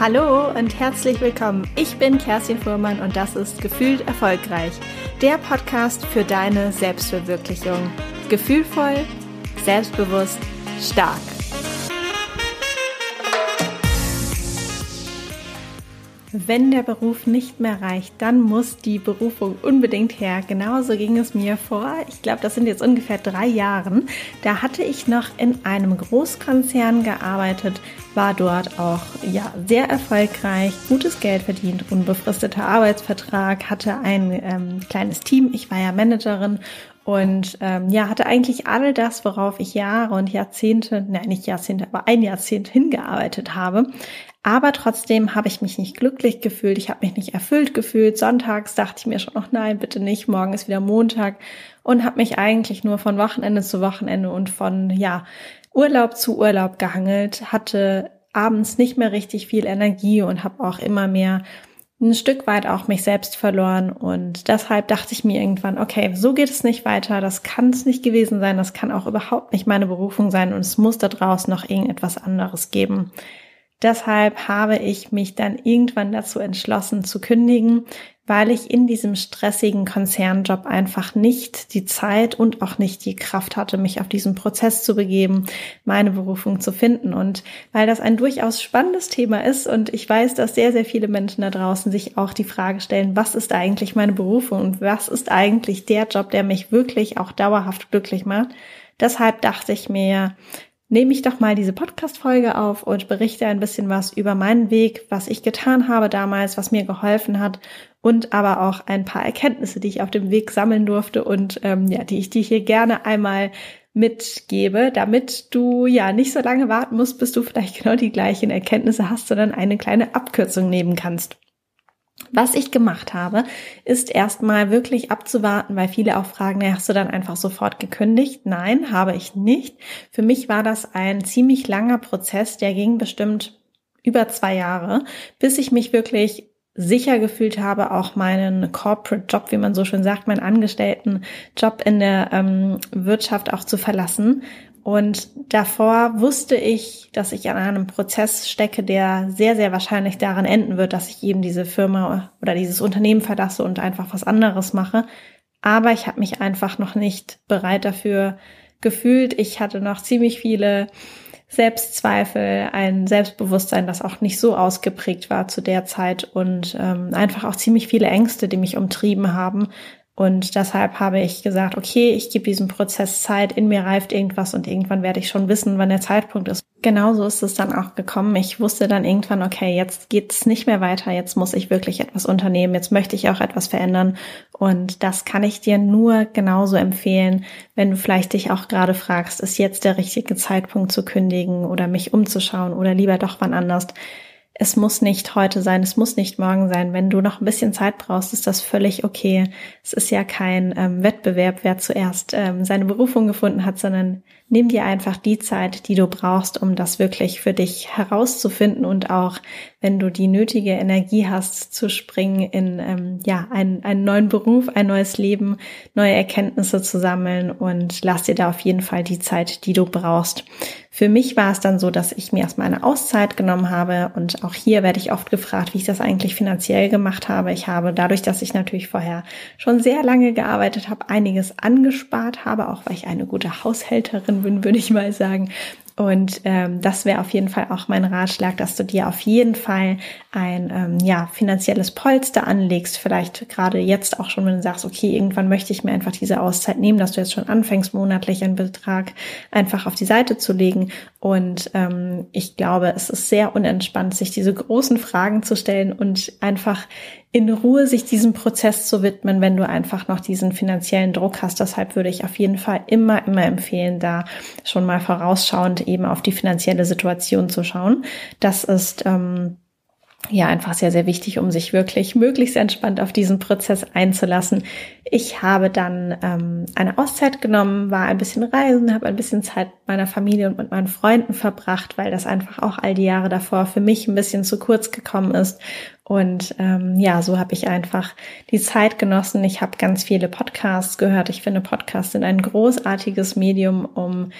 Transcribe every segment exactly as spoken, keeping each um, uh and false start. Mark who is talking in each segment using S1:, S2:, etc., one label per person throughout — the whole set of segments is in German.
S1: Hallo und herzlich willkommen. Ich bin Kerstin Fuhrmann und das ist Gefühlt Erfolgreich, der Podcast für deine Selbstverwirklichung. Gefühlvoll, selbstbewusst, stark. Wenn der Beruf nicht mehr reicht, dann muss die Berufung unbedingt her. Genauso ging es mir vor, ich glaube, das sind jetzt ungefähr drei Jahren. Da hatte ich noch in einem Großkonzern gearbeitet, war dort auch ja sehr erfolgreich, gutes Geld verdient, unbefristeter Arbeitsvertrag, hatte ein ähm, kleines Team. Ich war ja Managerin und ähm, ja hatte eigentlich all das, worauf ich Jahre und Jahrzehnte, nein nicht Jahrzehnte, aber ein Jahrzehnt hingearbeitet habe. Aber trotzdem habe ich mich nicht glücklich gefühlt, ich habe mich nicht erfüllt gefühlt. Sonntags dachte ich mir schon, ach nein, bitte nicht, morgen ist wieder Montag und habe mich eigentlich nur von Wochenende zu Wochenende und von ja Urlaub zu Urlaub gehangelt, hatte abends nicht mehr richtig viel Energie und habe auch immer mehr ein Stück weit auch mich selbst verloren. Und deshalb dachte ich mir irgendwann, okay, so geht es nicht weiter, das kann es nicht gewesen sein, das kann auch überhaupt nicht meine Berufung sein und es muss da draußen noch irgendetwas anderes geben. Deshalb habe ich mich dann irgendwann dazu entschlossen zu kündigen, weil ich in diesem stressigen Konzernjob einfach nicht die Zeit und auch nicht die Kraft hatte, mich auf diesen Prozess zu begeben, meine Berufung zu finden. Und weil das ein durchaus spannendes Thema ist und ich weiß, dass sehr, sehr viele Menschen da draußen sich auch die Frage stellen, was ist eigentlich meine Berufung und was ist eigentlich der Job, der mich wirklich auch dauerhaft glücklich macht. Deshalb dachte ich mir, nehme ich doch mal diese Podcast-Folge auf und berichte ein bisschen was über meinen Weg, was ich getan habe damals, was mir geholfen hat und aber auch ein paar Erkenntnisse, die ich auf dem Weg sammeln durfte und ähm, ja, die ich dir hier gerne einmal mitgebe, damit du ja nicht so lange warten musst, bis du vielleicht genau die gleichen Erkenntnisse hast, sondern eine kleine Abkürzung nehmen kannst. Was ich gemacht habe, ist erstmal wirklich abzuwarten, weil viele auch fragen, na, hast du dann einfach sofort gekündigt? Nein, habe ich nicht. Für mich war das ein ziemlich langer Prozess, der ging bestimmt über zwei Jahre, bis ich mich wirklich sicher gefühlt habe, auch meinen Corporate-Job, wie man so schön sagt, meinen Angestellten-Job in der ähm, Wirtschaft auch zu verlassen. Und davor wusste ich, dass ich an einem Prozess stecke, der sehr, sehr wahrscheinlich daran enden wird, dass ich eben diese Firma oder dieses Unternehmen verlasse und einfach was anderes mache. Aber ich habe mich einfach noch nicht bereit dafür gefühlt. Ich hatte noch ziemlich viele Selbstzweifel, ein Selbstbewusstsein, das auch nicht so ausgeprägt war zu der Zeit und ähm, einfach auch ziemlich viele Ängste, die mich umtrieben haben. Und deshalb habe ich gesagt, okay, ich gebe diesem Prozess Zeit, in mir reift irgendwas und irgendwann werde ich schon wissen, wann der Zeitpunkt ist. Genauso ist es dann auch gekommen. Ich wusste dann irgendwann, okay, jetzt geht's nicht mehr weiter, jetzt muss ich wirklich etwas unternehmen, jetzt möchte ich auch etwas verändern. Und das kann ich dir nur genauso empfehlen, wenn du vielleicht dich auch gerade fragst, ist jetzt der richtige Zeitpunkt zu kündigen oder mich umzuschauen oder lieber doch wann anders. Es muss nicht heute sein, es muss nicht morgen sein. Wenn du noch ein bisschen Zeit brauchst, ist das völlig okay. Es ist ja kein ähm, Wettbewerb, wer zuerst ähm, seine Berufung gefunden hat, sondern nimm dir einfach die Zeit, die du brauchst, um das wirklich für dich herauszufinden und auch, wenn du die nötige Energie hast, zu springen in ähm, ja einen, einen neuen Beruf, ein neues Leben, neue Erkenntnisse zu sammeln und lass dir da auf jeden Fall die Zeit, die du brauchst. Für mich war es dann so, dass ich mir erstmal eine Auszeit genommen habe und auch hier werde ich oft gefragt, wie ich das eigentlich finanziell gemacht habe. Ich habe dadurch, dass ich natürlich vorher schon sehr lange gearbeitet habe, einiges angespart habe, auch weil ich eine gute Haushälterin bin, würde ich mal sagen. Und ähm, das wäre auf jeden Fall auch mein Ratschlag, dass du dir auf jeden Fall ein ähm, ja finanzielles Polster anlegst. Vielleicht gerade jetzt auch schon, wenn du sagst, okay, irgendwann möchte ich mir einfach diese Auszeit nehmen, dass du jetzt schon anfängst, monatlich einen Betrag einfach auf die Seite zu legen. Und ähm, ich glaube, es ist sehr unentspannt, sich diese großen Fragen zu stellen und einfach in Ruhe sich diesem Prozess zu widmen, wenn du einfach noch diesen finanziellen Druck hast. Deshalb würde ich auf jeden Fall immer, immer empfehlen, da schon mal vorausschauend eben auf die finanzielle Situation zu schauen. Das ist ähm, ja einfach sehr, sehr wichtig, um sich wirklich möglichst entspannt auf diesen Prozess einzulassen. Ich habe dann ähm, eine Auszeit genommen, war ein bisschen reisen, habe ein bisschen Zeit mit meiner Familie und mit meinen Freunden verbracht, weil das einfach auch all die Jahre davor für mich ein bisschen zu kurz gekommen ist. Und ähm, ja, so habe ich einfach die Zeit genossen. Ich habe ganz viele Podcasts gehört. Ich finde, Podcasts sind ein großartiges Medium, um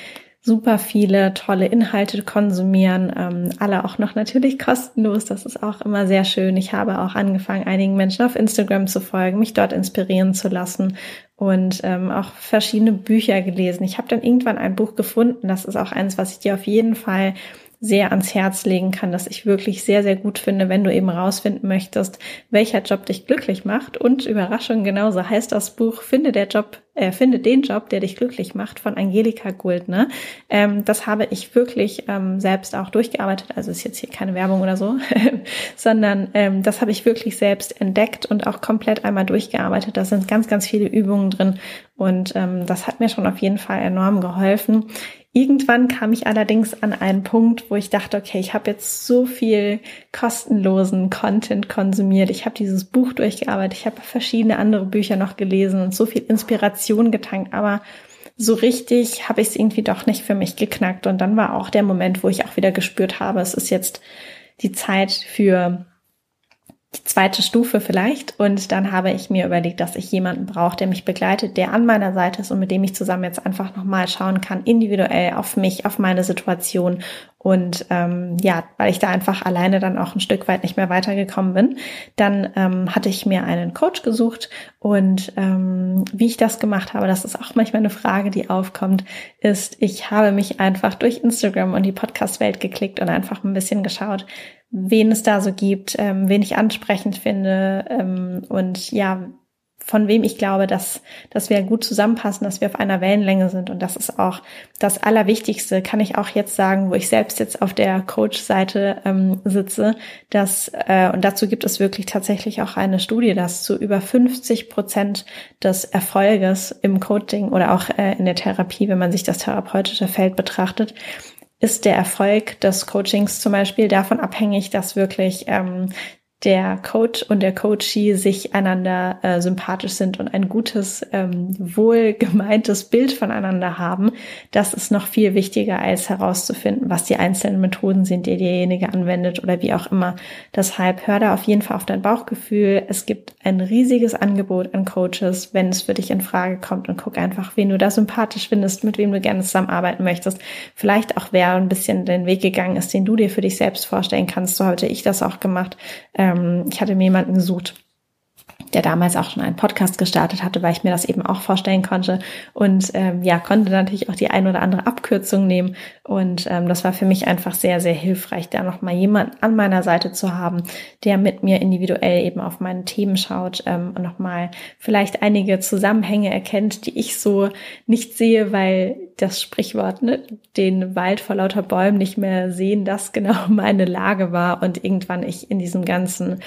S1: super viele tolle Inhalte konsumieren, ähm, alle auch noch natürlich kostenlos. Das ist auch immer sehr schön. Ich habe auch angefangen, einigen Menschen auf Instagram zu folgen, mich dort inspirieren zu lassen und ähm, auch verschiedene Bücher gelesen. Ich habe dann irgendwann ein Buch gefunden, das ist auch eins, was ich dir auf jeden Fall sehr ans Herz legen kann, dass ich wirklich sehr, sehr gut finde, wenn du eben rausfinden möchtest, welcher Job dich glücklich macht. Und Überraschung, genauso heißt das Buch, Finde der Job, äh, finde den Job, der dich glücklich macht, von Angelika Guldner. Ähm, das habe ich wirklich ähm, selbst auch durchgearbeitet. Also ist jetzt hier keine Werbung oder so, sondern ähm, das habe ich wirklich selbst entdeckt und auch komplett einmal durchgearbeitet. Da sind ganz, ganz viele Übungen drin und ähm, das hat mir schon auf jeden Fall enorm geholfen. Irgendwann kam ich allerdings an einen Punkt, wo ich dachte, okay, ich habe jetzt so viel kostenlosen Content konsumiert. Ich habe dieses Buch durchgearbeitet, ich habe verschiedene andere Bücher noch gelesen und so viel Inspiration getankt, aber so richtig habe ich es irgendwie doch nicht für mich geknackt. Und dann war auch der Moment, wo ich auch wieder gespürt habe, es ist jetzt die Zeit für die zweite Stufe vielleicht. Und dann habe ich mir überlegt, dass ich jemanden brauche, der mich begleitet, der an meiner Seite ist und mit dem ich zusammen jetzt einfach nochmal schauen kann, individuell auf mich, auf meine Situation. Und ähm, ja, weil ich da einfach alleine dann auch ein Stück weit nicht mehr weitergekommen bin, dann ähm, hatte ich mir einen Coach gesucht. Und ähm, wie ich das gemacht habe, das ist auch manchmal eine Frage, die aufkommt, ist, ich habe mich einfach durch Instagram und die Podcast-Welt geklickt und einfach ein bisschen geschaut, wen es da so gibt, ähm, wen ich ansprechend finde ähm, und ja, von wem ich glaube, dass, dass wir gut zusammenpassen, dass wir auf einer Wellenlänge sind. Und das ist auch das Allerwichtigste, kann ich auch jetzt sagen, wo ich selbst jetzt auf der Coach-Seite ähm, sitze, dass, äh, und dazu gibt es wirklich tatsächlich auch eine Studie, dass zu über fünfzig Prozent des Erfolges im Coaching oder auch äh, in der Therapie, wenn man sich das therapeutische Feld betrachtet, ist der Erfolg des Coachings zum Beispiel davon abhängig, dass wirklich ähm, der Coach und der Coachee sich einander äh, sympathisch sind und ein gutes, ähm, wohlgemeintes Bild voneinander haben. Das ist noch viel wichtiger, als herauszufinden, was die einzelnen Methoden sind, die derjenige anwendet oder wie auch immer. Deshalb hör da auf jeden Fall auf dein Bauchgefühl. Es gibt ein riesiges Angebot an Coaches, wenn es für dich in Frage kommt, und guck einfach, wen du da sympathisch findest, mit wem du gerne zusammenarbeiten möchtest. Vielleicht auch, wer ein bisschen den Weg gegangen ist, den du dir für dich selbst vorstellen kannst. So hatte ich das auch gemacht. Ich hatte mir jemanden gesucht, der damals auch schon einen Podcast gestartet hatte, weil ich mir das eben auch vorstellen konnte und ähm, ja, konnte natürlich auch die ein oder andere Abkürzung nehmen und ähm, das war für mich einfach sehr, sehr hilfreich, da nochmal jemanden an meiner Seite zu haben, der mit mir individuell eben auf meine Themen schaut ähm, und nochmal vielleicht einige Zusammenhänge erkennt, die ich so nicht sehe, weil das Sprichwort, ne, den Wald vor lauter Bäumen nicht mehr sehen, das genau meine Lage war und irgendwann ich in diesem ganzen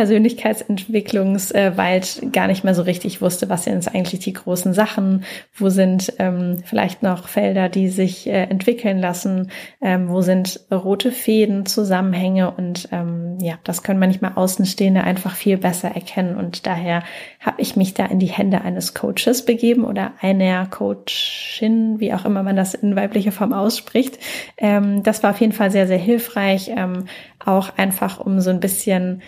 S1: Persönlichkeitsentwicklungs- äh, Wald gar nicht mehr so richtig wusste, was sind jetzt eigentlich die großen Sachen, wo sind ähm, vielleicht noch Felder, die sich äh, entwickeln lassen, ähm, wo sind rote Fäden, Zusammenhänge und ähm, ja, das können manchmal Außenstehende einfach viel besser erkennen und daher habe ich mich da in die Hände eines Coaches begeben oder einer Coachin, wie auch immer man das in weiblicher Form ausspricht. Ähm, das war auf jeden Fall sehr, sehr hilfreich, ähm, auch einfach um so ein bisschen,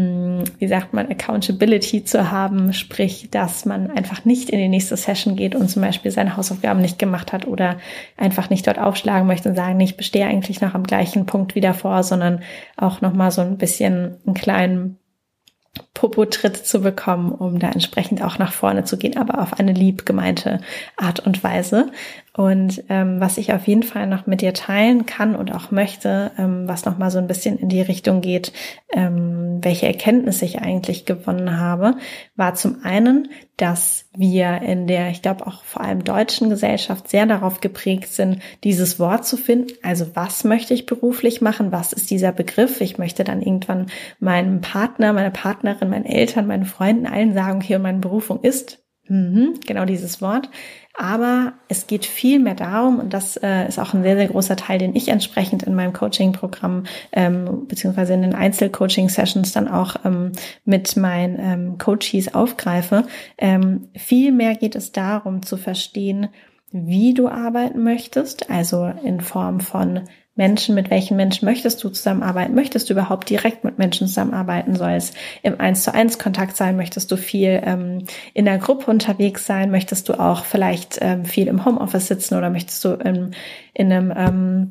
S1: wie sagt man, Accountability zu haben, sprich, dass man einfach nicht in die nächste Session geht und zum Beispiel seine Hausaufgaben nicht gemacht hat oder einfach nicht dort aufschlagen möchte und sagen, ich bestehe eigentlich noch am gleichen Punkt wieder vor, sondern auch nochmal so ein bisschen einen kleinen Popo-Tritt zu bekommen, um da entsprechend auch nach vorne zu gehen, aber auf eine lieb gemeinte Art und Weise. Und ähm, was ich auf jeden Fall noch mit dir teilen kann und auch möchte, ähm, was nochmal so ein bisschen in die Richtung geht, ähm, welche Erkenntnisse ich eigentlich gewonnen habe, war zum einen, dass wir in der, ich glaube auch vor allem deutschen Gesellschaft sehr darauf geprägt sind, dieses Wort zu finden. Also was möchte ich beruflich machen? Was ist dieser Begriff? Ich möchte dann irgendwann meinem Partner, meiner Partnerin, meinen Eltern, meinen Freunden, allen sagen, okay, und meine Berufung ist mhm, genau dieses Wort. Aber es geht viel mehr darum, und das äh, ist auch ein sehr, sehr großer Teil, den ich entsprechend in meinem Coaching-Programm ähm, beziehungsweise in den Einzel-Coaching-Sessions dann auch ähm, mit meinen ähm, Coaches aufgreife. Ähm, viel mehr geht es darum zu verstehen, wie du arbeiten möchtest, also in Form von Menschen, mit welchen Menschen möchtest du zusammenarbeiten? Möchtest du überhaupt direkt mit Menschen zusammenarbeiten? Soll es im eins zu eins Kontakt sein? Möchtest du viel ähm, in der Gruppe unterwegs sein? Möchtest du auch vielleicht ähm, viel im Homeoffice sitzen oder möchtest du in, in einem ähm,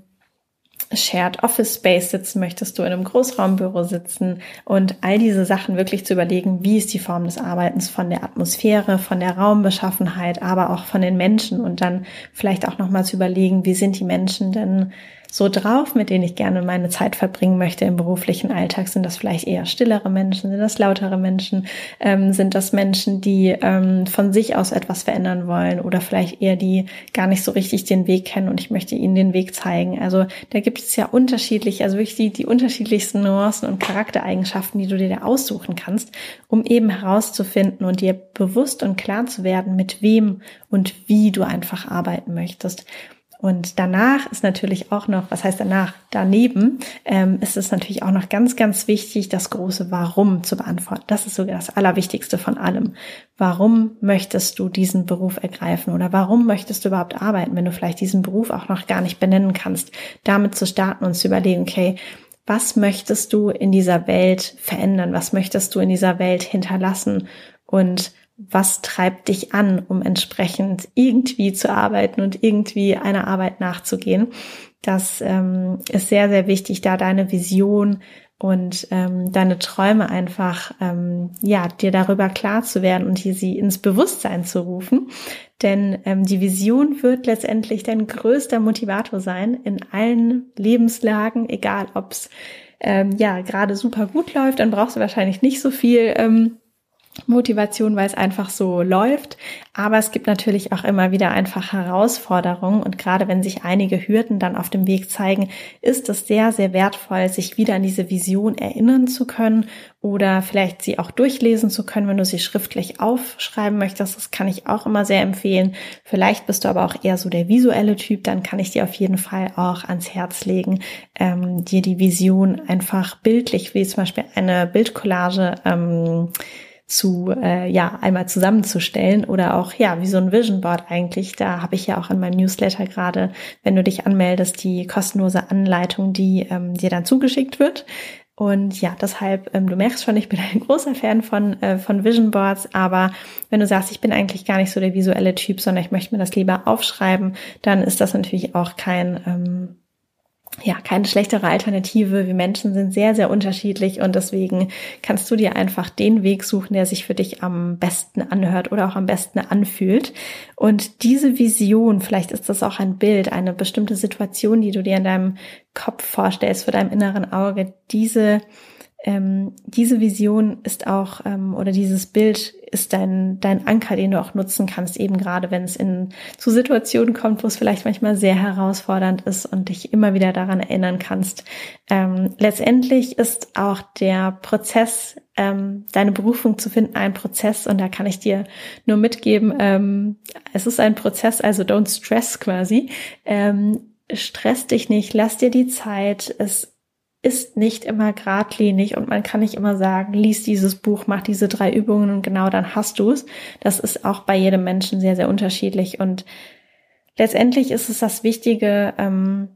S1: Shared Office Space sitzen, möchtest du in einem Großraumbüro sitzen und all diese Sachen wirklich zu überlegen, wie ist die Form des Arbeitens von der Atmosphäre, von der Raumbeschaffenheit, aber auch von den Menschen und dann vielleicht auch nochmal zu überlegen, wie sind die Menschen denn so drauf, mit denen ich gerne meine Zeit verbringen möchte im beruflichen Alltag. Sind das vielleicht eher stillere Menschen? Sind das lautere Menschen? Ähm, sind das Menschen, die ähm, von sich aus etwas verändern wollen oder vielleicht eher die gar nicht so richtig den Weg kennen und ich möchte ihnen den Weg zeigen? Also da gibt es ja unterschiedlich, also wirklich die, die unterschiedlichsten Nuancen und Charaktereigenschaften, die du dir da aussuchen kannst, um eben herauszufinden und dir bewusst und klar zu werden, mit wem und wie du einfach arbeiten möchtest. Und danach ist natürlich auch noch, was heißt danach? Daneben ähm, ist es natürlich auch noch ganz, ganz wichtig, das große Warum zu beantworten. Das ist sogar das Allerwichtigste von allem. Warum möchtest du diesen Beruf ergreifen oder warum möchtest du überhaupt arbeiten, wenn du vielleicht diesen Beruf auch noch gar nicht benennen kannst? Damit zu starten und zu überlegen, okay, was möchtest du in dieser Welt verändern? Was möchtest du in dieser Welt hinterlassen? Und was treibt dich an, um entsprechend irgendwie zu arbeiten und irgendwie einer Arbeit nachzugehen? Das ähm, ist sehr, sehr wichtig, da deine Vision und ähm, deine Träume einfach, ähm, ja, dir darüber klar zu werden und hier sie ins Bewusstsein zu rufen. Denn ähm, die Vision wird letztendlich dein größter Motivator sein in allen Lebenslagen, egal ob es ähm, ja gerade super gut läuft, dann brauchst du wahrscheinlich nicht so viel ähm, Motivation, weil es einfach so läuft. Aber es gibt natürlich auch immer wieder einfach Herausforderungen. Und gerade wenn sich einige Hürden dann auf dem Weg zeigen, ist es sehr, sehr wertvoll, sich wieder an diese Vision erinnern zu können oder vielleicht sie auch durchlesen zu können, wenn du sie schriftlich aufschreiben möchtest. Das kann ich auch immer sehr empfehlen. Vielleicht bist du aber auch eher so der visuelle Typ. Dann kann ich dir auf jeden Fall auch ans Herz legen, ähm, dir die Vision einfach bildlich, wie zum Beispiel eine Bildcollage, ähm, zu, äh, ja, einmal zusammenzustellen oder auch, ja, wie so ein Vision Board eigentlich. Da habe ich ja auch in meinem Newsletter gerade, wenn du dich anmeldest, die kostenlose Anleitung, die ähm, dir dann zugeschickt wird. Und ja, deshalb, ähm, du merkst schon, ich bin ein großer Fan von äh, von Vision Boards, aber wenn du sagst, ich bin eigentlich gar nicht so der visuelle Typ, sondern ich möchte mir das lieber aufschreiben, dann ist das natürlich auch kein ähm, ja, keine schlechtere Alternative. Wir Menschen sind sehr, sehr unterschiedlich und deswegen kannst du dir einfach den Weg suchen, der sich für dich am besten anhört oder auch am besten anfühlt. Und diese Vision, vielleicht ist das auch ein Bild, eine bestimmte Situation, die du dir in deinem Kopf vorstellst, vor deinem inneren Auge, diese Ähm, diese Vision ist auch, ähm, oder dieses Bild ist dein, dein Anker, den du auch nutzen kannst, eben gerade wenn es in zu Situationen kommt, wo es vielleicht manchmal sehr herausfordernd ist und dich immer wieder daran erinnern kannst. Ähm, letztendlich ist auch der Prozess, ähm, deine Berufung zu finden, ein Prozess und da kann ich dir nur mitgeben, ähm, es ist ein Prozess, also don't stress quasi. Ähm, stress dich nicht, lass dir die Zeit, es ist nicht immer geradlinig und man kann nicht immer sagen, lies dieses Buch, mach diese drei Übungen und genau dann hast du es. Das ist auch bei jedem Menschen sehr, sehr unterschiedlich und letztendlich ist es das Wichtige, ähm,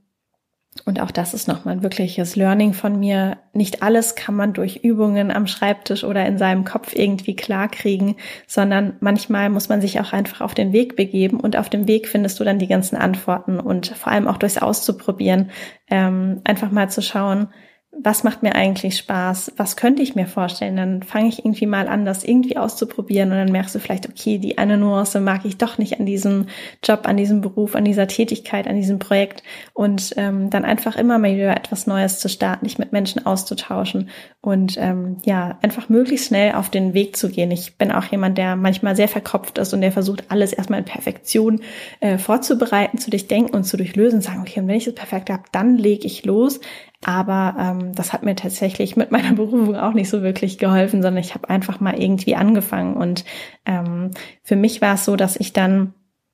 S1: und auch das ist nochmal ein wirkliches Learning von mir, nicht alles kann man durch Übungen am Schreibtisch oder in seinem Kopf irgendwie klarkriegen, sondern manchmal muss man sich auch einfach auf den Weg begeben und auf dem Weg findest du dann die ganzen Antworten und vor allem auch durchs Auszuprobieren, ähm, einfach mal zu schauen, was macht mir eigentlich Spaß, was könnte ich mir vorstellen, dann fange ich irgendwie mal an, das irgendwie auszuprobieren und dann merkst du vielleicht, okay, die eine Nuance mag ich doch nicht an diesem Job, an diesem Beruf, an dieser Tätigkeit, an diesem Projekt und ähm, dann einfach immer mal wieder etwas Neues zu starten, dich mit Menschen auszutauschen und ähm, ja, einfach möglichst schnell auf den Weg zu gehen. Ich bin auch jemand, der manchmal sehr verkopft ist und der versucht, alles erstmal in Perfektion äh, vorzubereiten, zu durchdenken und zu durchlösen und sagen, okay, und wenn ich das perfekt habe, dann lege ich los. Aber ähm, das hat mir tatsächlich mit meiner Berufung auch nicht so wirklich geholfen, sondern ich habe einfach mal irgendwie angefangen. Und ähm, für mich war es so, dass ich dann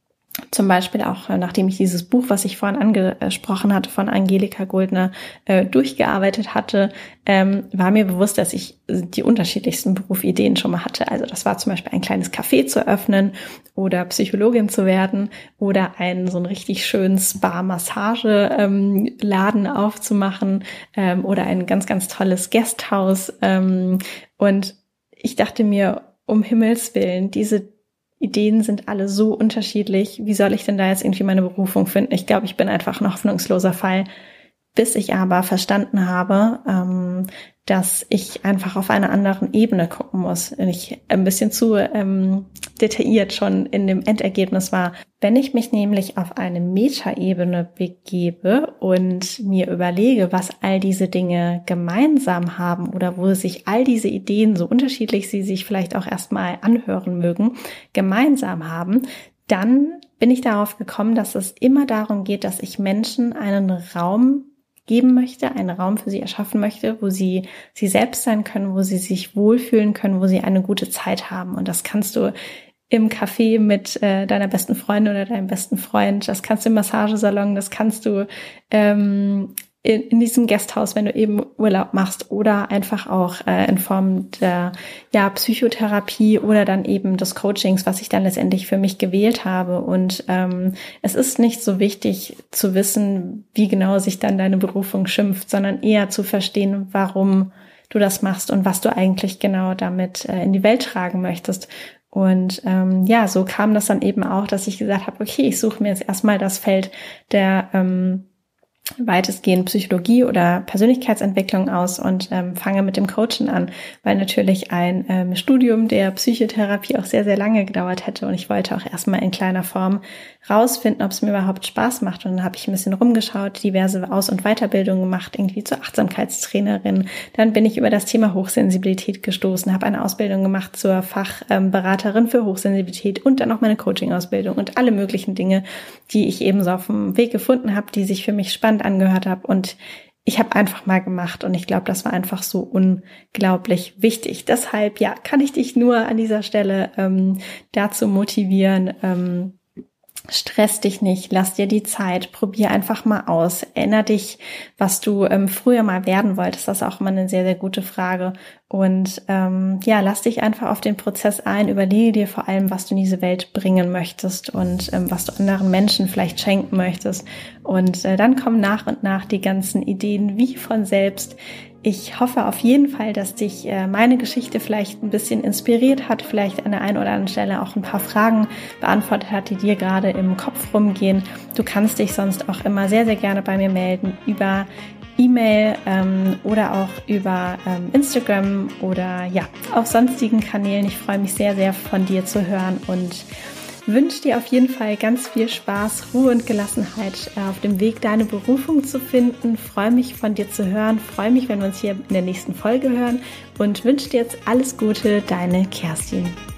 S1: zum Beispiel auch, nachdem ich dieses Buch, was ich vorhin angesprochen hatte, von Angelika Goldner äh, durchgearbeitet hatte, ähm, war mir bewusst, dass ich die unterschiedlichsten Berufideen schon mal hatte. Also das war zum Beispiel ein kleines Café zu eröffnen oder Psychologin zu werden oder einen so einen richtig schönen Spa-Massage-Laden ähm, aufzumachen ähm, oder ein ganz, ganz tolles Guesthouse. Ähm, und ich dachte mir, um Himmels Willen, diese Ideen sind alle so unterschiedlich. Wie soll ich denn da jetzt irgendwie meine Berufung finden? Ich glaube, ich bin einfach ein hoffnungsloser Fall. Bis ich aber verstanden habe, ähm, dass ich einfach auf einer anderen Ebene gucken muss. Wenn ich ein bisschen zu ähm, detailliert schon in dem Endergebnis war. Wenn ich mich nämlich auf eine Metaebene begebe und mir überlege, was all diese Dinge gemeinsam haben oder wo sich all diese Ideen, so unterschiedlich sie sich vielleicht auch erstmal anhören mögen, gemeinsam haben, dann bin ich darauf gekommen, dass es immer darum geht, dass ich Menschen einen Raum geben möchte, einen Raum für sie erschaffen möchte, wo sie sie selbst sein können, wo sie sich wohlfühlen können, wo sie eine gute Zeit haben. Und das kannst du im Café mit äh, deiner besten Freundin oder deinem besten Freund, das kannst du im Massagesalon, das kannst du ähm, in, in diesem Gasthaus, wenn du eben Urlaub machst, oder einfach auch äh, in Form der ja Psychotherapie oder dann eben des Coachings, was ich dann letztendlich für mich gewählt habe. Und ähm, es ist nicht so wichtig zu wissen, wie genau sich dann deine Berufung schimpft, sondern eher zu verstehen, warum du das machst und was du eigentlich genau damit äh, in die Welt tragen möchtest. Und ähm, ja, so kam das dann eben auch, dass ich gesagt habe, okay, ich suche mir jetzt erstmal das Feld der ähm, weitestgehend Psychologie oder Persönlichkeitsentwicklung aus und ähm, fange mit dem Coachen an, weil natürlich ein ähm, Studium der Psychotherapie auch sehr, sehr lange gedauert hätte und ich wollte auch erstmal in kleiner Form rausfinden, ob es mir überhaupt Spaß macht. Und dann habe ich ein bisschen rumgeschaut, diverse Aus- und Weiterbildungen gemacht, irgendwie zur Achtsamkeitstrainerin. Dann bin ich über das Thema Hochsensibilität gestoßen, habe eine Ausbildung gemacht zur Fachberaterin für Hochsensibilität und dann noch meine Coaching-Ausbildung und alle möglichen Dinge, die ich eben so auf dem Weg gefunden habe, die sich für mich spannend angehört habe. Und ich habe einfach mal gemacht und ich glaube, das war einfach so unglaublich wichtig. Deshalb, ja, kann ich dich nur an dieser Stelle ähm, dazu motivieren, ähm, stress dich nicht, lass dir die Zeit, probier einfach mal aus, erinner dich, was du ähm, früher mal werden wolltest, das ist auch immer eine sehr, sehr gute Frage und ähm, ja, lass dich einfach auf den Prozess ein, überlege dir vor allem, was du in diese Welt bringen möchtest und ähm, was du anderen Menschen vielleicht schenken möchtest und äh, dann kommen nach und nach die ganzen Ideen wie von selbst. Ich hoffe auf jeden Fall, dass dich äh, meine Geschichte vielleicht ein bisschen inspiriert hat, vielleicht an der einen oder anderen Stelle auch ein paar Fragen beantwortet hat, die dir gerade im Kopf rumgehen. Du kannst dich sonst auch immer sehr, sehr gerne bei mir melden über E-Mail ähm, oder auch über ähm, Instagram oder ja, auf sonstigen Kanälen. Ich freue mich sehr, sehr von dir zu hören und wünsche dir auf jeden Fall ganz viel Spaß, Ruhe und Gelassenheit auf dem Weg, deine Berufung zu finden. Freue mich, von dir zu hören. Freue mich, wenn wir uns hier in der nächsten Folge hören und wünsche dir jetzt alles Gute, deine Kerstin.